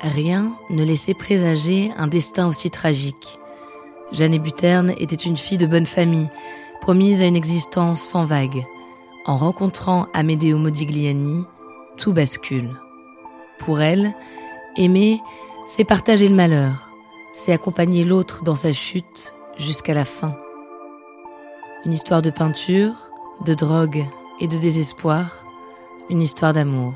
Rien ne laissait présager un destin aussi tragique. Jeanne Ébuterne était une fille de bonne famille, promise à une existence sans vagues. En rencontrant Amedeo Modigliani, tout bascule. Pour elle, aimer, c'est partager le malheur, c'est accompagner l'autre dans sa chute jusqu'à la fin. Une histoire de peinture, de drogue et de désespoir, une histoire d'amour.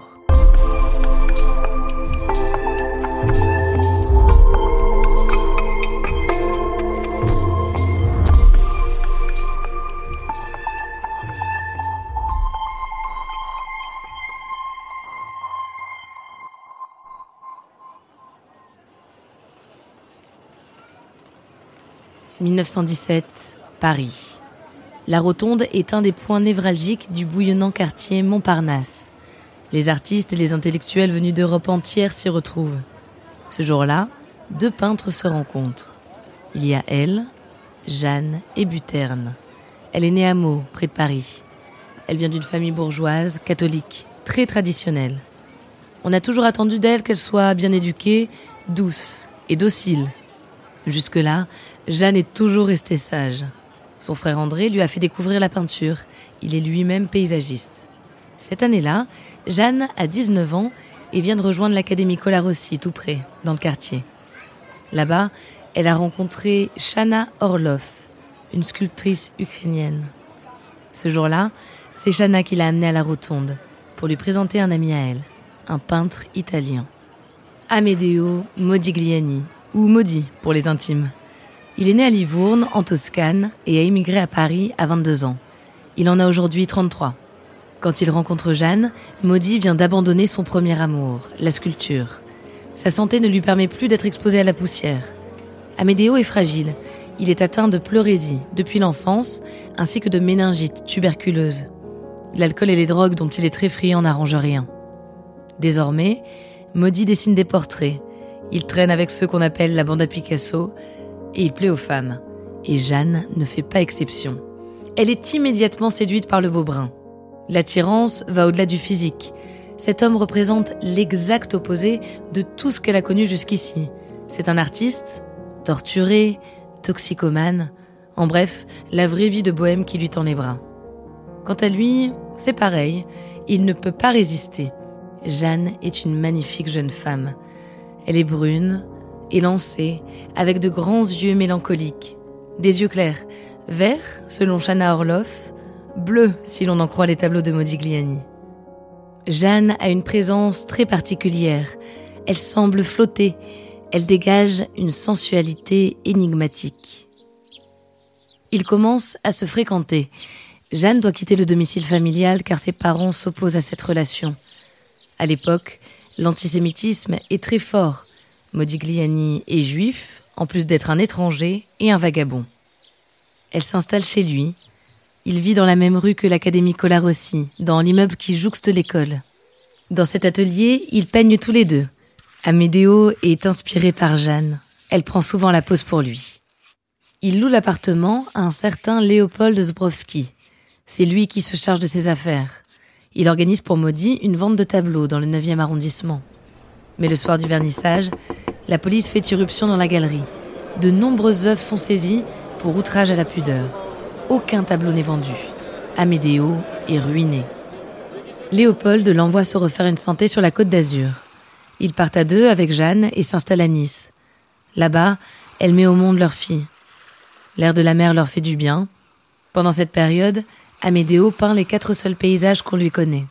« 1917, Paris. La Rotonde est un des points névralgiques du bouillonnant quartier Montparnasse. Les artistes et les intellectuels venus d'Europe entière s'y retrouvent. Ce jour-là, 2 peintres se rencontrent. Il y a elle, Jeanne Ébuterne. Elle est née à Meaux, près de Paris. Elle vient d'une famille bourgeoise, catholique, très traditionnelle. On a toujours attendu d'elle qu'elle soit bien éduquée, douce et docile. Jusque-là, Jeanne est toujours restée sage. Son frère André lui a fait découvrir la peinture. Il est lui-même paysagiste. Cette année-là, Jeanne a 19 ans et vient de rejoindre l'Académie Colarossi, tout près, dans le quartier. Là-bas, elle a rencontré Chana Orlov, une sculptrice ukrainienne. Ce jour-là, c'est Chana qui l'a amenée à la Rotonde pour lui présenter un ami à elle, un peintre italien. Amedeo Modigliani, ou Modi pour les intimes. Il est né à Livourne, en Toscane, et a émigré à Paris à 22 ans. Il en a aujourd'hui 33. Quand il rencontre Jeanne, Modi vient d'abandonner son premier amour, la sculpture. Sa santé ne lui permet plus d'être exposé à la poussière. Amedeo est fragile. Il est atteint de pleurésie depuis l'enfance, ainsi que de méningite tuberculeuse. L'alcool et les drogues dont il est très friand n'arrangent rien. Désormais, Modi dessine des portraits. Il traîne avec ceux qu'on appelle la bande à Picasso, et il plaît aux femmes. Et Jeanne ne fait pas exception. Elle est immédiatement séduite par le beau brun. L'attirance va au-delà du physique. Cet homme représente l'exact opposé de tout ce qu'elle a connu jusqu'ici. C'est un artiste, torturé, toxicomane, en bref, la vraie vie de bohème qui lui tend les bras. Quant à lui, c'est pareil, il ne peut pas résister. Jeanne est une magnifique jeune femme. Elle est brune, élancée, avec de grands yeux mélancoliques, des yeux clairs, verts selon Chana Orlov, bleus si l'on en croit les tableaux de Modigliani. Jeanne a une présence très particulière. Elle semble flotter, elle dégage une sensualité énigmatique. Ils commencent à se fréquenter. Jeanne doit quitter le domicile familial car ses parents s'opposent à cette relation. À l'époque, l'antisémitisme est très fort. Modigliani est juif, en plus d'être un étranger et un vagabond. Elle s'installe chez lui. Il vit dans la même rue que l'Académie Colarossi, dans l'immeuble qui jouxte l'école. Dans cet atelier, ils peignent tous les deux. Amedeo est inspiré par Jeanne. Elle prend souvent la pose pour lui. Il loue l'appartement à un certain Léopold Zbrowski. C'est lui qui se charge de ses affaires. Il organise pour Modi une vente de tableaux dans le 9e arrondissement. Mais le soir du vernissage, la police fait irruption dans la galerie. De nombreuses œuvres sont saisies pour outrage à la pudeur. Aucun tableau n'est vendu. Amedeo est ruiné. Léopold l'envoie se refaire une santé sur la Côte d'Azur. Ils partent à 2 avec Jeanne et s'installent à Nice. Là-bas, elle met au monde leur fille. L'air de la mer leur fait du bien. Pendant cette période, Amedeo peint les 4 seuls paysages qu'on lui connaît.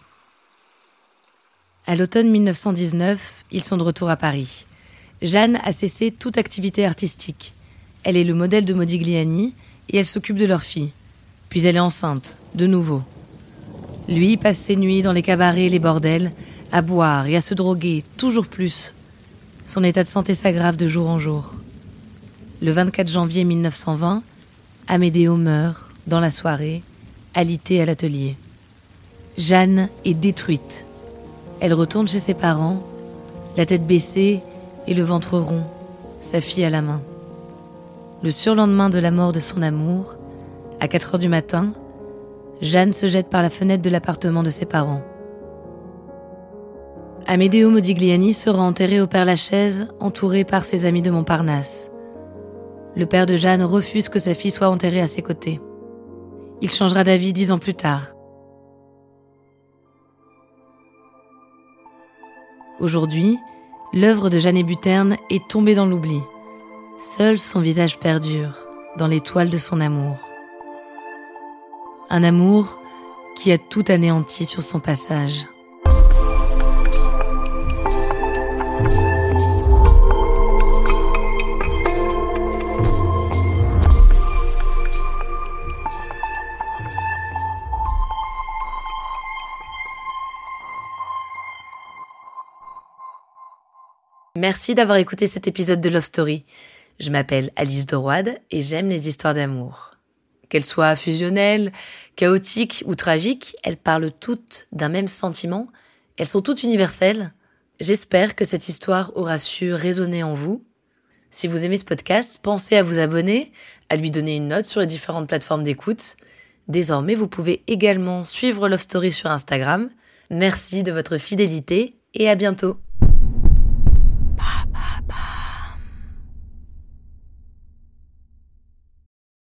À l'automne 1919, ils sont de retour à Paris. Jeanne a cessé toute activité artistique. Elle est le modèle de Modigliani et elle s'occupe de leur fille. Puis elle est enceinte, de nouveau. Lui passe ses nuits dans les cabarets et les bordels, à boire et à se droguer, toujours plus. Son état de santé s'aggrave de jour en jour. Le 24 janvier 1920, Amedeo meurt, dans la soirée, alité à l'atelier. Jeanne est détruite. Elle retourne chez ses parents, la tête baissée et le ventre rond, sa fille à la main. Le surlendemain de la mort de son amour, à 4 heures du matin, Jeanne se jette par la fenêtre de l'appartement de ses parents. Amedeo Modigliani sera enterré au Père-Lachaise, entouré par ses amis de Montparnasse. Le père de Jeanne refuse que sa fille soit enterrée à ses côtés. Il changera d'avis 10 ans plus tard. Aujourd'hui, l'œuvre de Jeanne Hébuterne est tombée dans l'oubli. Seul son visage perdure, dans l'étoile de son amour. Un amour qui a tout anéanti sur son passage. Merci d'avoir écouté cet épisode de Love Story. Je m'appelle Alice de Roide et j'aime les histoires d'amour. Qu'elles soient fusionnelles, chaotiques ou tragiques, elles parlent toutes d'un même sentiment. Elles sont toutes universelles. J'espère que cette histoire aura su résonner en vous. Si vous aimez ce podcast, pensez à vous abonner, à lui donner une note sur les différentes plateformes d'écoute. Désormais, vous pouvez également suivre Love Story sur Instagram. Merci de votre fidélité et à bientôt.